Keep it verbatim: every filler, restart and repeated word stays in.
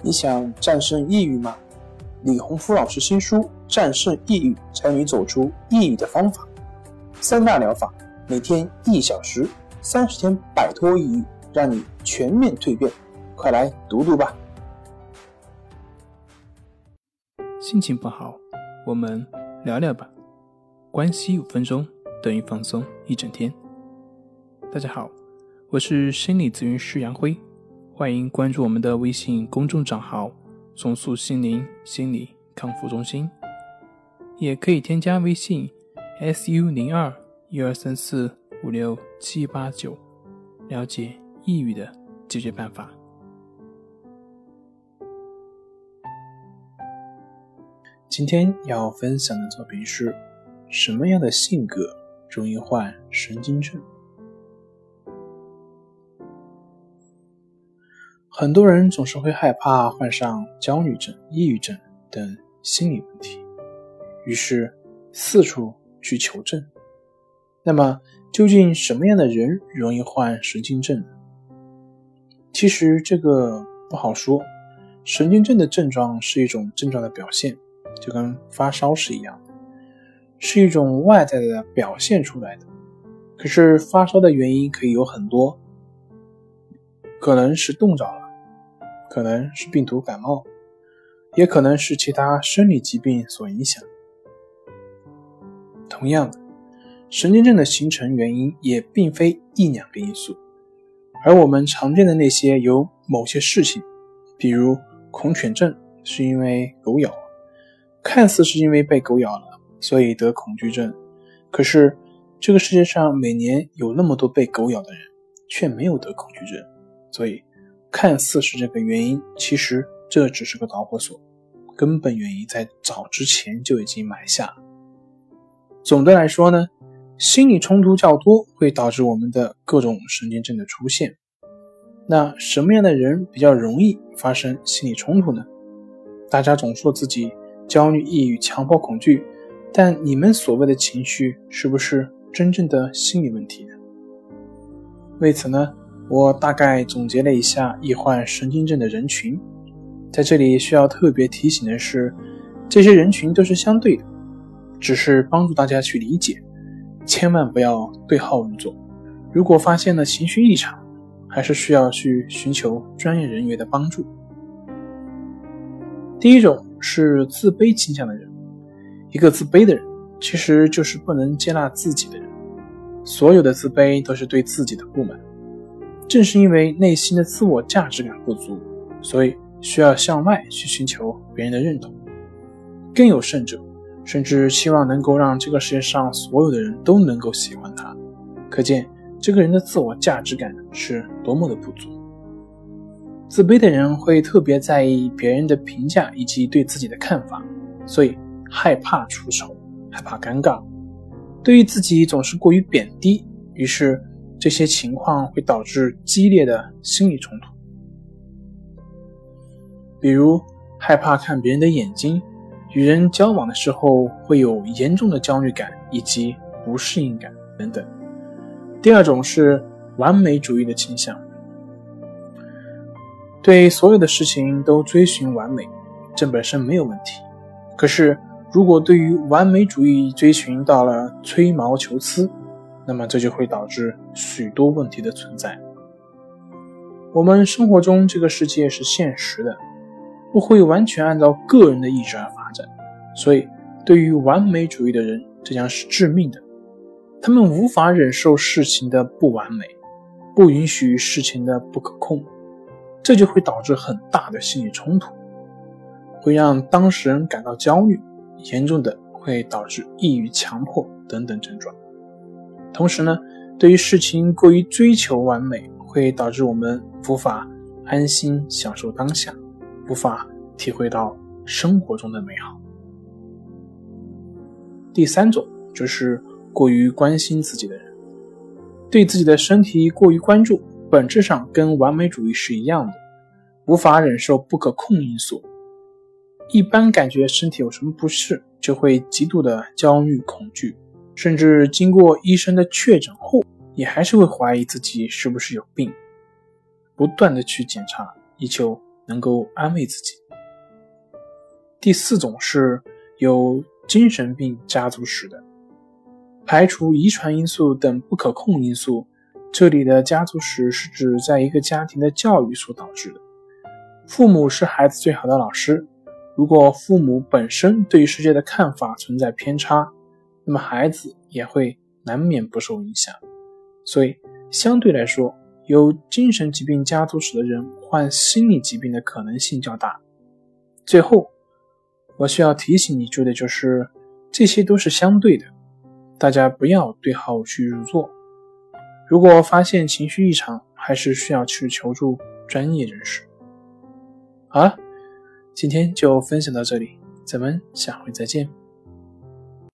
你想战胜抑郁吗？李洪福老师新书《战胜抑郁》教你走出抑郁的方法，三大疗法，每天一小时，三十天摆脱抑郁，让你全面蜕变。快来读读吧。 心情不好，我们聊聊吧。关系五分钟等于放松一整天。大家好，我是心理咨询师杨辉，欢迎关注我们的微信公众账号重塑心灵心理康复中心，也可以添加微信 S U 零二一二三四五六七八九了解抑郁的解决办法。 今天要分享的作品是什么样的性格容易患神经症？很多人总是会害怕患上焦虑症、抑郁症等心理问题，于是四处去求证。那么究竟什么样的人容易患神经症呢？其实这个不好说，神经症的症状是一种症状的表现，就跟发烧是一样的，是一种外在的表现出来的。可是发烧的原因可以有很多，可能是冻着了，可能是病毒感冒，也可能是其他生理疾病所影响。同样的，神经症的形成原因也并非一两个因素，而我们常见的那些有某些事情，比如恐犬症是因为狗咬，看似是因为被狗咬了所以得恐惧症，可是这个世界上每年有那么多被狗咬的人却没有得恐惧症，所以看似是这个原因，其实这只是个导火索，根本原因在早之前就已经埋下。总的来说呢，心理冲突较多会导致我们的各种神经症的出现。那什么样的人比较容易发生心理冲突呢？大家总说自己焦虑、抑郁、强迫、恐惧，但你们所谓的情绪是不是真正的心理问题呢？为此呢，我大概总结了一下易患神经症的人群。在这里需要特别提醒的是，这些人群都是相对的，只是帮助大家去理解，千万不要对号入座。如果发现了情绪异常，还是需要去寻求专业人员的帮助。第一种是自卑倾向的人。一个自卑的人其实就是不能接纳自己的人，所有的自卑都是对自己的不满。正是因为内心的自我价值感不足，所以需要向外去寻求别人的认同。更有甚者，甚至希望能够让这个世界上所有的人都能够喜欢他，可见这个人的自我价值感是多么的不足。自卑的人会特别在意别人的评价以及对自己的看法，所以害怕出丑，害怕尴尬，对于自己总是过于贬低，于是这些情况会导致激烈的心理冲突。比如害怕看别人的眼睛，与人交往的时候会有严重的焦虑感以及不适应感等等。第二种是完美主义的倾向，对所有的事情都追寻完美，这本身没有问题。可是如果对于完美主义追寻到了吹毛求疵，那么这就会导致许多问题的存在。我们生活中这个世界是现实的，不会完全按照个人的意志而发展，所以对于完美主义的人，这将是致命的。他们无法忍受事情的不完美，不允许事情的不可控，这就会导致很大的心理冲突，会让当事人感到焦虑，严重的会导致抑郁、强迫等等症状。同时呢，对于事情过于追求完美，会导致我们无法安心享受当下，无法体会到生活中的美好。第三种就是过于关心自己的人，对自己的身体过于关注，本质上跟完美主义是一样的，无法忍受不可控因素。一般感觉身体有什么不适，就会极度的焦虑恐惧，甚至经过医生的确诊后，也还是会怀疑自己是不是有病，不断的去检查，以求能够安慰自己。第四种是有精神病家族史的，排除遗传因素等不可控因素，这里的家族史是指在一个家庭的教育所导致的。父母是孩子最好的老师，如果父母本身对于世界的看法存在偏差，那么孩子也会难免不受影响。所以相对来说，有精神疾病家族史的人患心理疾病的可能性较大。最后我需要提醒你注意的就是，这些都是相对的，大家不要对号去入座。如果发现情绪异常，还是需要去求助专业人士。好了，今天就分享到这里，咱们下回再见。